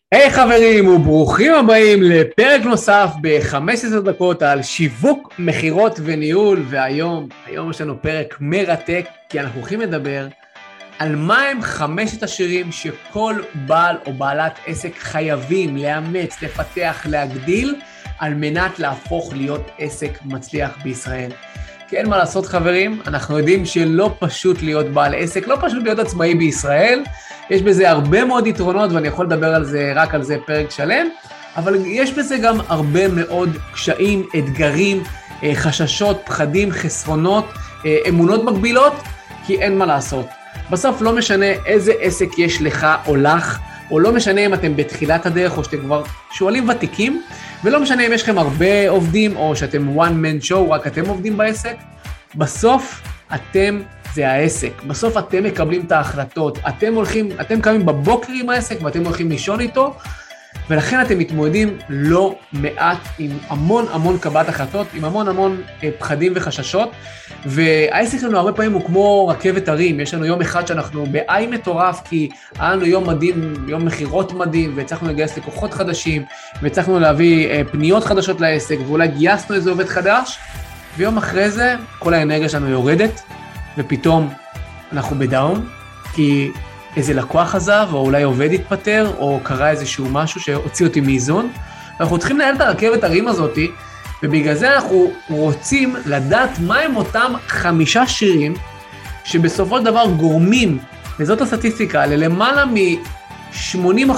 היי חברים וברוכים הבאים לפרק נוסף ב-15 דקות על שיווק, מחירות וניהול. והיום יש לנו פרק מרתק, כי אנחנו הולכים לדבר על מה הם 5 השירים שכל בעל או בעלת עסק חייבים לאמץ, לפתח, להגדיל, על מנת להפוך להיות עסק מצליח בישראל. כי אין מה לעשות חברים, אנחנו יודעים שלא פשוט להיות בעל עסק, לא פשוט להיות עצמאי בישראל, יש בזה הרבה מאוד יתרונות, ואני יכול לדבר על זה, רק על זה פרק שלם, אבל יש בזה גם הרבה מאוד קשיים, אתגרים, חששות, פחדים, חסרונות, אמונות מגבילות, כי אין מה לעשות. בסוף לא משנה איזה עסק יש לך או לך, או לא משנה אם אתם בתחילת הדרך, או שאתם כבר שואלים ותיקים, ולא משנה אם יש לכם הרבה עובדים, או שאתם one man show, רק אתם עובדים בעסק, בסוף אתם זה העסק. בסוף אתם מקבלים את ההחלטות, אתם קמים בבוקר עם העסק, ואתם הולכים לישון איתו, ולכן אתם מתמודדים לא מעט עם המון קבלת החלטות, עם המון פחדים וחששות, והעסק שלנו הרבה פעמים הוא כמו רכבת הרים. יש לנו יום אחד שאנחנו בעי מטורף, כי היה לנו יום מדהים, יום מחירות מדהים, והצלחנו לגייס לקוחות חדשים, והצלחנו להביא פניות חדשות לעסק, ואולי גייסנו איזה עובד חדש, ויום אחרי זה כל האנרגיה שלנו יורדת, ופתאום אנחנו בדאון, כי איזה לקוח עזב, או אולי עובד התפטר, או קרה איזשהו משהו שהוציא אותי מאיזון. אנחנו צריכים לנהל את הרכבת הרים הזאת, ובגלל זה אנחנו רוצים לדעת מהם אותם 5 שירים, שבסופו של דבר גורמים, וזאת הסטטיסטיקה, ללמעלה מ-80%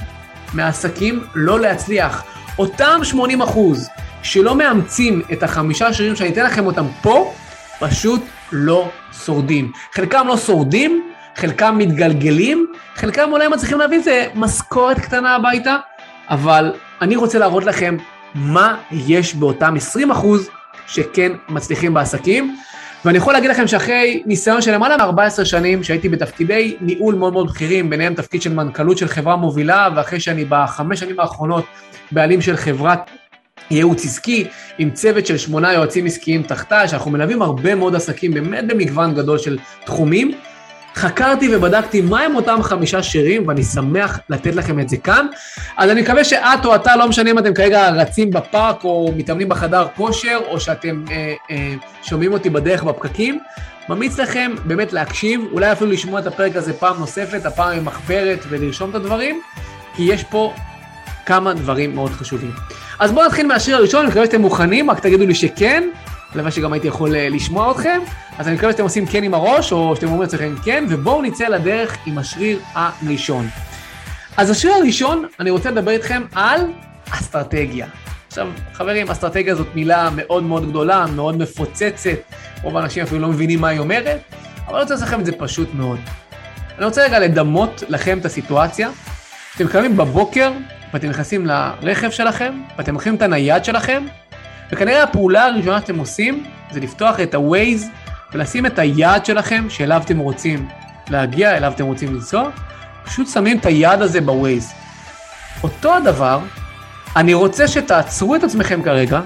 מהעסקים לא להצליח. אותם 80% שלא מאמצים את 5 שירים שאני אתן לכם אותם פה, פשוט לא שורדים. חלקם לא שורדים, חלקם מתגלגלים, חלקם אולי מצליחים להביא זה משכורת קטנה הביתה, אבל אני רוצה להראות לכם מה יש באותם 20% שכן מצליחים בעסקים, ואני יכול להגיד לכם שאחרי ניסיון של למעלה מ-14 שנים, שהייתי בתפקידי ניהול מאוד בכירים, ביניהם תפקיד של מנכ"לות של חברה מובילה, ואחרי שאני ב5 שנים האחרונות בעלים של חברת ייעוץ עסקי, עם צוות של 8 יועצים עסקיים תחתיי, שאנחנו מלווים הרבה מאוד עסקים, באמת במגוון גדול של תחומים. חקרתי ובדקתי מה הם אותם 5 שירים, ואני שמח לתת לכם את זה כאן. אז אני מקווה שאת או אתה, לא משנה אם אתם כרגע רצים בפארק, או מתאמנים בחדר כושר, או שאתם שומעים אותי בדרך בפקקים, ממליץ לכם באמת להקשיב, אולי אפילו לשמוע את הפרק הזה פעם נוספת, הפעם עם מחברת ולרשום את הדברים, כי יש פה כמה דברים מאוד חשובים. אז בואו נתחיל מהשיר הראשון, אני מקווה שאתם מוכנים, רק תגידו לי שכן, למה שגם הייתי יכול לשמוע אתכם, אז אני מקווה שאתם עושים כן עם הראש, או שאתם אומרים אצלכם כן, ובואו נצא לדרך עם השריר הראשון. אז השריר הראשון, אני רוצה לדבר איתכם על אסטרטגיה. עכשיו, חברים, אסטרטגיה זאת מילה מאוד מאוד גדולה, מאוד מפוצצת, רוב האנשים אפילו לא מבינים מה היא אומרת, אבל אני רוצה לעשות את זה פשוט מאוד. אני רוצה רגע לדמות לכם את הסיטואציה, אתם קמים בבוקר, ואתם נכנסים לרכב שלכם, ואתם לוקחים את הנייד שלכם, וכנראה הפעולה הראשונה שאתם עושים, זה לפתוח את ה-Waze, ולשים את היעד שלכם, שאליו אתם רוצים להגיע, אליו אתם רוצים לנסוע, פשוט שמים את היעד הזה ב-Waze. אותו הדבר, אני רוצה שתעצרו את עצמכם כרגע,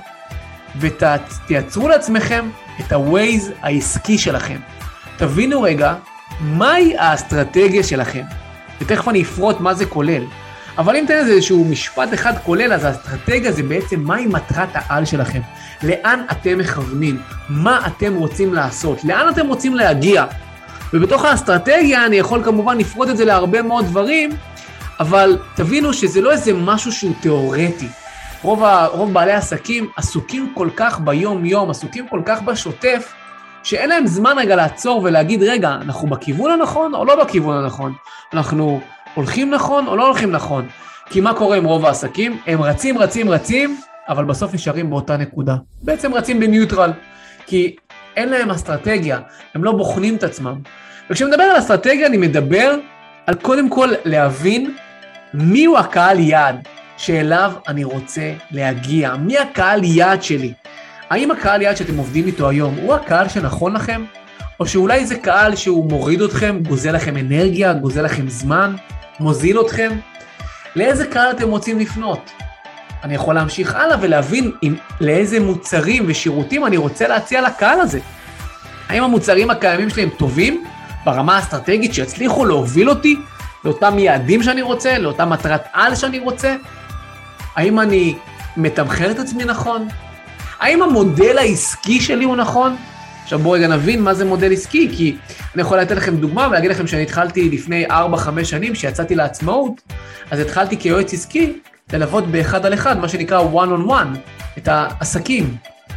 ותייצרו לעצמכם את ה-Waze העסקי שלכם. תבינו רגע, מהי האסטרטגיה שלכם? ותכף אני אפרוט מה זה כולל. אבל אם תהיה איזשהו משפט אחד כולל, אז האסטרטגיה זה בעצם מהי מטרת העל שלכם. לאן אתם מכוונים? מה אתם רוצים לעשות? לאן אתם רוצים להגיע? ובתוך האסטרטגיה אני יכול כמובן לפרוט את זה להרבה מאוד דברים, אבל תבינו שזה לא איזה משהו שהוא תיאורטי. רוב בעלי עסקים עסוקים כל כך ביום יום, עסוקים כל כך בשוטף, שאין להם זמן רגע לעצור ולהגיד, רגע, אנחנו בכיוון הנכון או לא בכיוון הנכון? אנחנו הולכים נכון או לא הולכים נכון? כי מה קורה עם רוב העסקים? הם רצים, אבל בסוף נשארים באותה נקודה. בעצם רצים בניוטרל, כי אין להם אסטרטגיה, הם לא בוחנים את עצמם. וכשמדבר על אסטרטגיה, אני מדבר על קודם כל להבין מיהו הקהל יעד שאליו אני רוצה להגיע. מי הקהל יעד שלי? האם הקהל יעד שאתם עובדים איתו היום הוא הקהל שנכון לכם? או שאולי זה קהל שהוא מוריד אתכם, גוזל לכם אנרגיה, גוזל לכם זמן, מוזיל אתכם? לאיזה קהל אתם רוצים לפנות? אני יכול להמשיך הלאה ולהבין לאיזה מוצרים ושירותים אני רוצה להציע לקהל הזה. האם המוצרים הקיימים שלי הם טובים ברמה האסטרטגית שיצליחו להוביל אותי לאותם יעדים שאני רוצה, לאותה מטרת על שאני רוצה? האם אני מתמחר את עצמי נכון? האם המודל העסקי שלי הוא נכון? עכשיו בואו רגע נבין מה זה מודל עסקי, כי אני יכול לתת לכם דוגמה ולהגיד לכם שאני התחלתי לפני 4-5 שנים, שיצאתי לעצמאות, אז התחלתי כיועץ עסקי ללוות באחד על אחד, מה שנקרא one on one, את העסקים.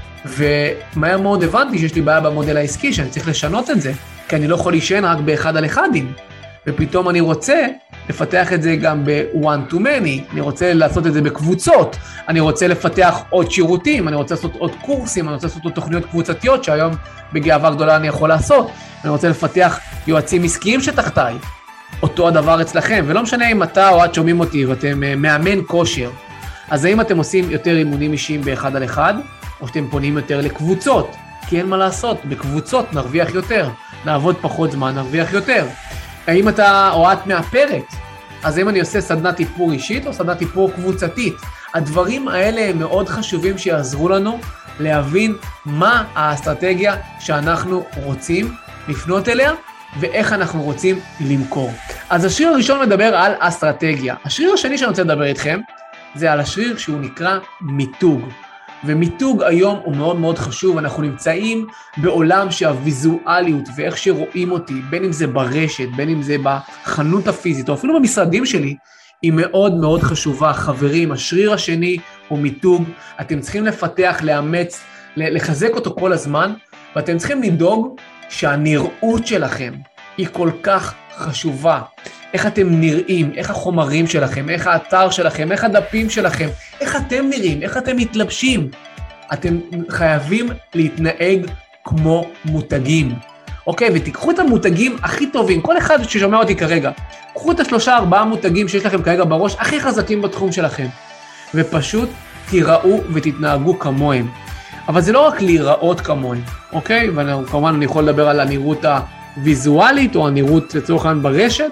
ומהר מאוד הבנתי שיש לי בעיה במודל העסקי, שאני צריך לשנות את זה, כי אני לא יכול להישען רק באחד על אחדים. ופתאום אני רוצה לפתח את זה גם ב-one to many, אני רוצה לעשות את זה בקבוצות, אני רוצה לפתח עוד שירותים, אני רוצה לעשות עוד קורסים, אני רוצה לעשות עוד תוכניות קבוצתיות, שהיום בגאווה גדולה אני יכול לעשות, אני רוצה לפתח יועצים עסקיים שתחתיי, אותו הדבר אצלכם, ולא משנה אם אתה או את שומעים אותי ואתם מאמן כושר, אז האם אתם עושים יותר אימונים אישיים באחד על אחד, או שאתם פונים יותר לקבוצות, כי אין מה לעשות, בקבוצות נרוויח יותר, נעבוד פחות זמן, נרוויח יותר. האם אתה או את מאפרת, אז האם אני עושה סדנת איפור אישית או סדנת איפור קבוצתית? הדברים האלה הם מאוד חשובים שיעזרו לנו להבין מה האסטרטגיה שאנחנו רוצים לפנות אליה, ואיך אנחנו רוצים למכור. אז השריר הראשון מדבר על אסטרטגיה. השריר השני שאני רוצה לדבר איתכם, זה על השריר שהוא נקרא מיתוג. ומיתוג היום הוא מאוד מאוד חשוב, אנחנו נמצאים בעולם שהוויזואליות ואיך שרואים אותי, בין אם זה ברשת, בין אם זה בחנות הפיזית, או אפילו במשרדים שלי, היא מאוד מאוד חשובה. חברים, השריר השני הוא מיתוג, אתם צריכים לפתח, לאמץ, לחזק אותו כל הזמן, ואתם צריכים לדאוג שהנראות שלכם היא כל כך חשובה. איך אתם נראים, איך החומרים שלכם, איך האתר שלכם, איך הדפים שלכם, איך אתם נראים, איך אתם מתלבשים. אתם חייבים להתנהג כמו מותגים. אוקיי, ותיקחו את המותגים הכי טובים, כל אחד ששומע אותי כרגע, קחו את 3-4 מותגים שיש לכם כרגע בראש, הכי חזקים בתחום שלכם, ופשוט תיראו ותתנהגו כמוהם. אבל זה לא רק להיראות כמוהם, אוקיי? וכמובן אני יכול לדבר על הנראות הוויזואלית, או הנראות לצורך העניין ברשת,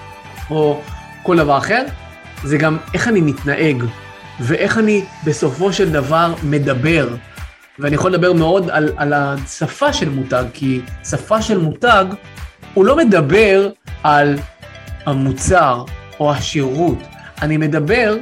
או כל דבר אחר, זה גם איך אני מתנהג, ואיך אני בסופו של דבר מדבר. ואני יכול לדבר מאוד על השפה של מותג, כי שפה של מותג, הוא לא מדבר על המוצר או השירות, אני מדבר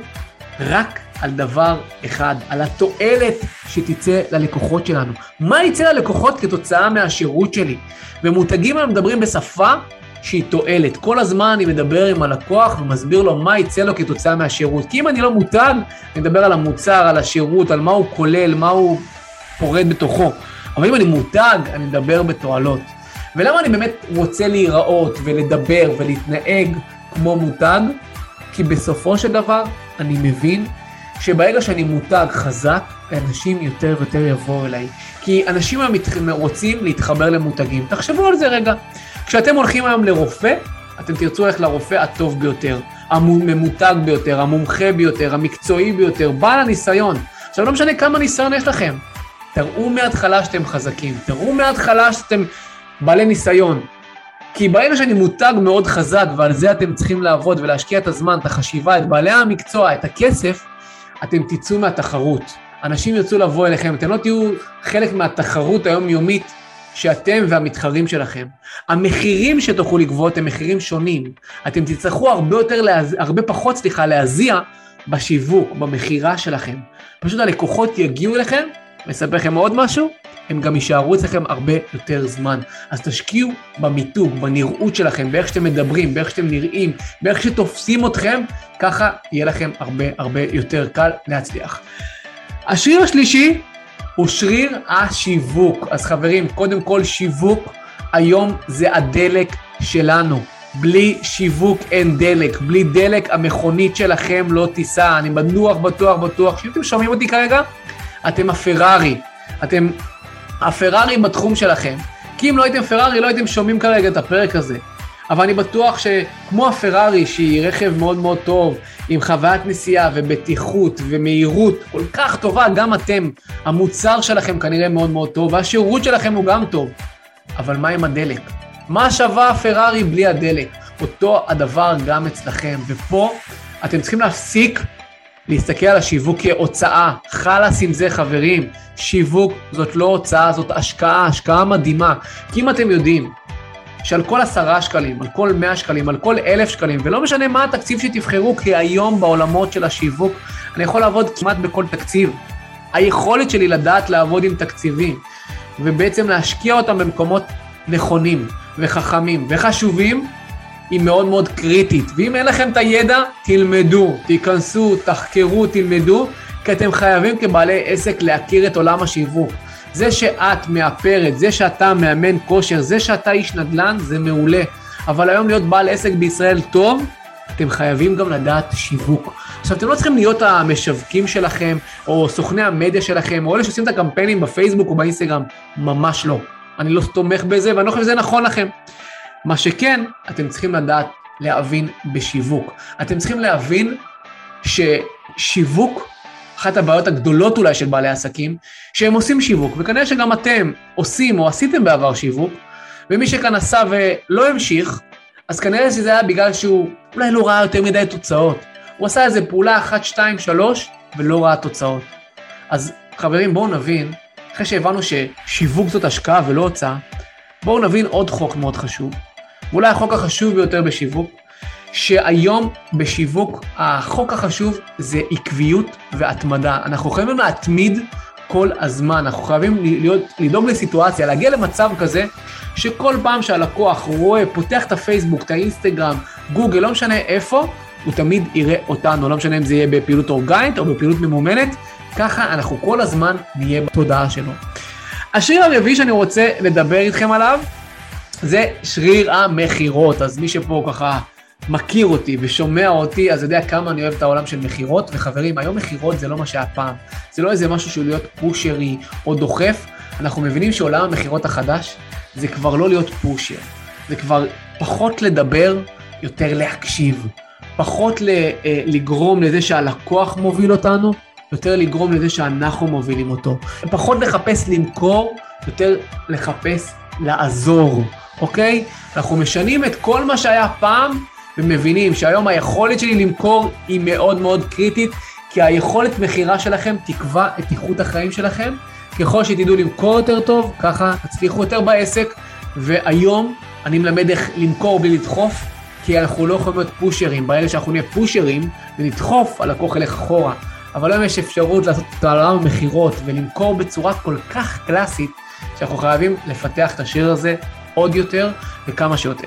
רק על דבר אחד, על התועלת שתצא ללקוחות שלנו. מה יצא ללקוחות כתוצאה מהשירות שלי? ומותגים הם מדברים בשפה שהיא תועלת. כל הזמן אני מדבר עם הלקוח ומסביר לו מה יצא לו כתוצאה מהשירות. כי אם אני לא מותג, אני מדבר על המוצר, על השירות, על מה הוא כולל, מה הוא פורד בתוכו. אבל אם אני מותג, אני מדבר בתועלות. ולמה אני באמת רוצה להיראות ולדבר ולהתנהג כמו מותג? כי בסופו של דבר אני מבין שברגע שאני מותג חזק, אנשים יותר ויותר יבואו אליי. כי אנשים רוצים להתחבר למותגים. תחשבו על זה רגע. כשאתם הולכים היום לרופא, אתם תרצו ללכת לרופא הטוב ביותר, הממותג ביותר, המומחה ביותר, המקצועי ביותר, בעל הניסיון. עכשיו לא משנה כמה ניסיון יש לכם. תראו מההתחלה שאתם חזקים, תראו מההתחלה שאתם בעלי ניסיון. כי ברגע שאני מותג מאוד חזק, ועל זה אתם צריכים לעבוד ולהשקיע את הזמן, את החשיבה, את בעלי המקצוע, את הכסף, אתם תצאו מהתחרות. אנשים ירצו לבוא אליכם, אתם לא תהיו חלק מהתחרות היומיומית שאתם והמתחרים שלכם. המחירים שתוכלו לגבות הם מחירים שונים. אתם תצטרכו הרבה פחות להזיע בשיווק, במחירה שלכם. פשוט הלקוחות יגיעו אליכם, מספר לכם עוד משהו, הם גם יישארו אצלכם הרבה יותר זמן. אז תשקיעו במיתוג, בנראות שלכם, באיך שאתם מדברים, באיך שאתם נראים, באיך שתופסים אתכם, ככה יהיה לכם הרבה יותר קל להצליח. השריר השלישי הוא שריר השיווק. אז חברים, קודם כל שיווק היום זה הדלק שלנו. בלי שיווק אין דלק. בלי דלק המכונית שלכם לא תיסע. אני בטוח. שאם אתם שומעים אותי כרגע, אתם הפרארי. אתם הפרארי בתחום שלכם. כי אם לא הייתם פרארי, לא הייתם שומעים כרגע את הפרק הזה. אבל אני בטוח שכמו הפרארי, שהיא רכב מאוד מאוד טוב, עם חוויית נסיעה ובטיחות ומהירות כל כך טובה, גם אתם, המוצר שלכם כנראה מאוד מאוד טוב, והשירות שלכם הוא גם טוב. אבל מה עם הדלק? מה שווה הפרארי בלי הדלק? אותו הדבר גם אצלכם, ופה אתם צריכים להפסיק להסתכל על השיווק כהוצאה. חלאס עם זה חברים, שיווק זאת לא הוצאה, זאת השקעה מדהימה. כי אם אתם יודעים שעל כל 10 שקלים, על כל 100 שקלים, על כל 1,000 שקלים, ולא משנה מה התקציב שתבחרו, כי היום בעולמות של השיווק, אני יכול לעבוד כמעט בכל תקציב. היכולת שלי לדעת לעבוד עם תקציבים, ובעצם להשקיע אותם במקומות נכונים וחכמים וחשובים, היא מאוד מאוד קריטית. ואם אין לכם את הידע, תלמדו, תיכנסו, תחקרו, תלמדו, כי אתם חייבים כבעלי עסק להכיר את עולם השיווק. זה שאת מאפרת, זה שאתה מאמן כושר, זה שאתה איש נדל"ן, זה מעולה. אבל היום להיות בעל עסק בישראל טוב, אתם חייבים גם לדעת שיווק. עכשיו, אתם לא צריכים להיות המשווקים שלכם, או סוכני המדיה שלכם, או אלה שעושים את הקמפיינים בפייסבוק או באינסטגרם. ממש לא. אני לא תומך בזה, ואני לא חושב שזה נכון לכם. מה שכן, אתם צריכים לדעת להבין בשיווק. אתם צריכים להבין ששיווק, אחת הבעיות הגדולות אולי של בעלי עסקים, שהם עושים שיווק, וכנראה שגם אתם עושים או עשיתם בעבר שיווק, ומי שכאן עשה ולא המשיך, אז כנראה שזה היה בגלל שהוא אולי לא ראה יותר מדי תוצאות. הוא עשה איזה פעולה 1, 2, 3, ולא ראה תוצאות. אז חברים, בואו נבין, אחרי שהבנו ששיווק זאת השקעה ולא הוצאה, בואו נבין עוד חוק מאוד חשוב. ואולי החוק החשוב ביותר בשיווק, שהיום בשיווק החוק החשוב זה עקביות והתמדה. אנחנו חייבים להתמיד כל הזמן, אנחנו חייבים לדאוג לסיטואציה, להגיע למצב כזה, שכל פעם שהלקוח רואה, פותח את הפייסבוק, את האינסטגרם, גוגל, לא משנה איפה, הוא תמיד יראה אותנו, לא משנה אם זה יהיה בפעילות אורגנית או בפעילות ממומנת, ככה אנחנו כל הזמן נהיה בתודעה שלו. השריר הרביעי שאני רוצה לדבר איתכם עליו, זה שריר המחירות. אז מי שפה ככה מכיר אותי ושומע אותי, אז יודע כמה אני אוהב את העולם של מחירות, וחברים, היום מחירות זה לא מה שהיה פעם, זה לא איזה משהו שהוא להיות פושרי או דוחף, אנחנו מבינים שעולם המחירות החדש, זה כבר לא להיות פושר, זה כבר פחות לדבר, יותר להקשיב, פחות לגרום לזה שהלקוח מוביל אותנו, יותר לגרום לזה שאנחנו מובילים אותו, פחות לחפש למכור, יותר לחפש לעזור, אוקיי? אנחנו משנים את כל מה שהיה פעם, ומבינים שהיום היכולת שלי למכור היא מאוד מאוד קריטית, כי היכולת מחירה שלכם תקבע את איכות החיים שלכם, ככל שתדעו למכור יותר טוב, ככה תצליחו יותר בעסק, והיום אני מלמד איך למכור בלי לדחוף, כי אנחנו לא יכולים להיות פושרים, ברגע שאנחנו נהיה פושרים ונדחוף, הלקוח ילך אחורה, אבל היום יש אפשרות לעשות את העולם המחירות ולמכור בצורה כל כך קלאסית, שאנחנו חייבים לפתח את השריר הזה עוד יותר וכמה שיותר.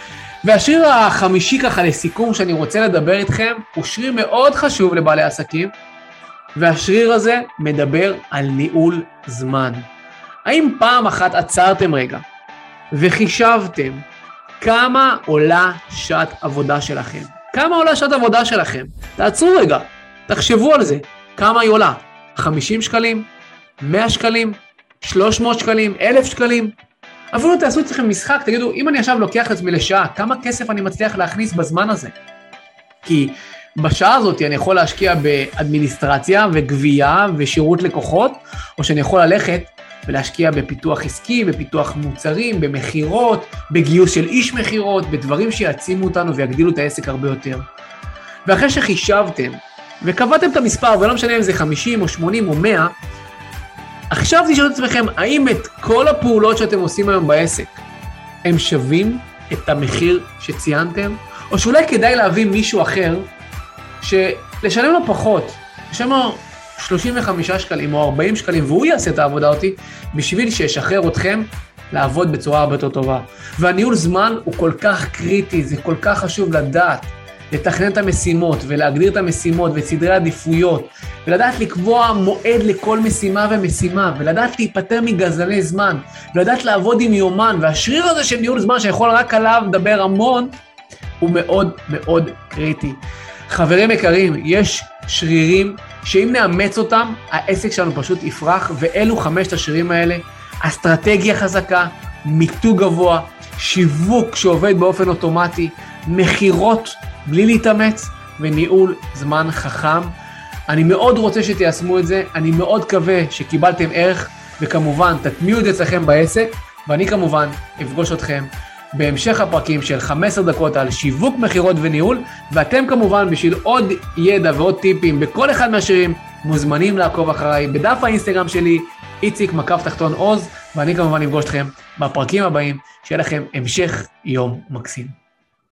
והשריר החמישי ככה לסיכום שאני רוצה לדבר איתכם, הוא שריר מאוד חשוב לבעלי עסקים, והשריר הזה מדבר על ניהול זמן. האם פעם אחת עצרתם רגע וחישבתם כמה עולה שעת עבודה שלכם? כמה עולה שעת עבודה שלכם? תעצרו רגע, תחשבו על זה. כמה היא עולה? 50 שקלים? 100 שקלים? 300 שקלים? 1,000 שקלים? אפילו תעשו אצלכם משחק, תגידו, אם אני עכשיו לוקח עצמי לשעה, כמה כסף אני מצליח להכניס בזמן הזה? כי בשעה הזאת אני יכול להשקיע באדמיניסטרציה וגבייה ושירות לקוחות, או שאני יכול ללכת ולהשקיע בפיתוח עסקי, בפיתוח מוצרים, במחירות, בגיוס של איש מחירות, בדברים שיעצימו אותנו ויגדילו את העסק הרבה יותר. ואחרי שחישבתם וקבעתם את המספר, ולא משנה אם זה 50 או 80 או 100, עכשיו תשאלו את עצמכם, האם את כל הפעולות שאתם עושים היום בעסק, הם שווים את המחיר שציינתם? או שאולי כדאי להביא מישהו אחר, שלשלם לו פחות, לשלם לו 35 שקלים או 40 שקלים, והוא יעשה את העבודה אותי, בשביל שישחרר אתכם לעבוד בצורה הרבה יותר טובה. והניהול זמן הוא כל כך קריטי, זה כל כך חשוב לדעת, לתכנן את המשימות ולהגדיר את המשימות וסדרי עדיפויות, ולדעת לקבוע מועד לכל משימה ומשימה, ולדעת להיפטר מגזלי זמן, ולדעת לעבוד עם יומן, והשריר הזה של ניהול זמן שיכול רק עליו לדבר המון, הוא מאוד מאוד קריטי. חברים יקרים, יש שרירים שאם נאמץ אותם, העסק שלנו פשוט יפרח, ואלו 5 השרירים האלה: אסטרטגיה חזקה, מיתוג גבוה, שיווק שעובד באופן אוטומטי, מחירות בלי להתאמץ, וניהול זמן חכם. אני מאוד רוצה שתיישמו את זה, אני מאוד מקווה שקיבלתם ערך, וכמובן תטמיעו את זה אצלכם בעסק, ואני כמובן אפגוש אתכם בהמשך הפרקים של 15 דקות על שיווק, מחירות וניהול, ואתם כמובן בשביל עוד ידע ועוד טיפים בכל אחד מהשירים, מוזמנים לעקוב אחריי בדף האינסטגרם שלי, איציק_עוז, ואני כמובן אפגוש אתכם בפרקים הבאים, שיהיה לכם המשך יום מקסים.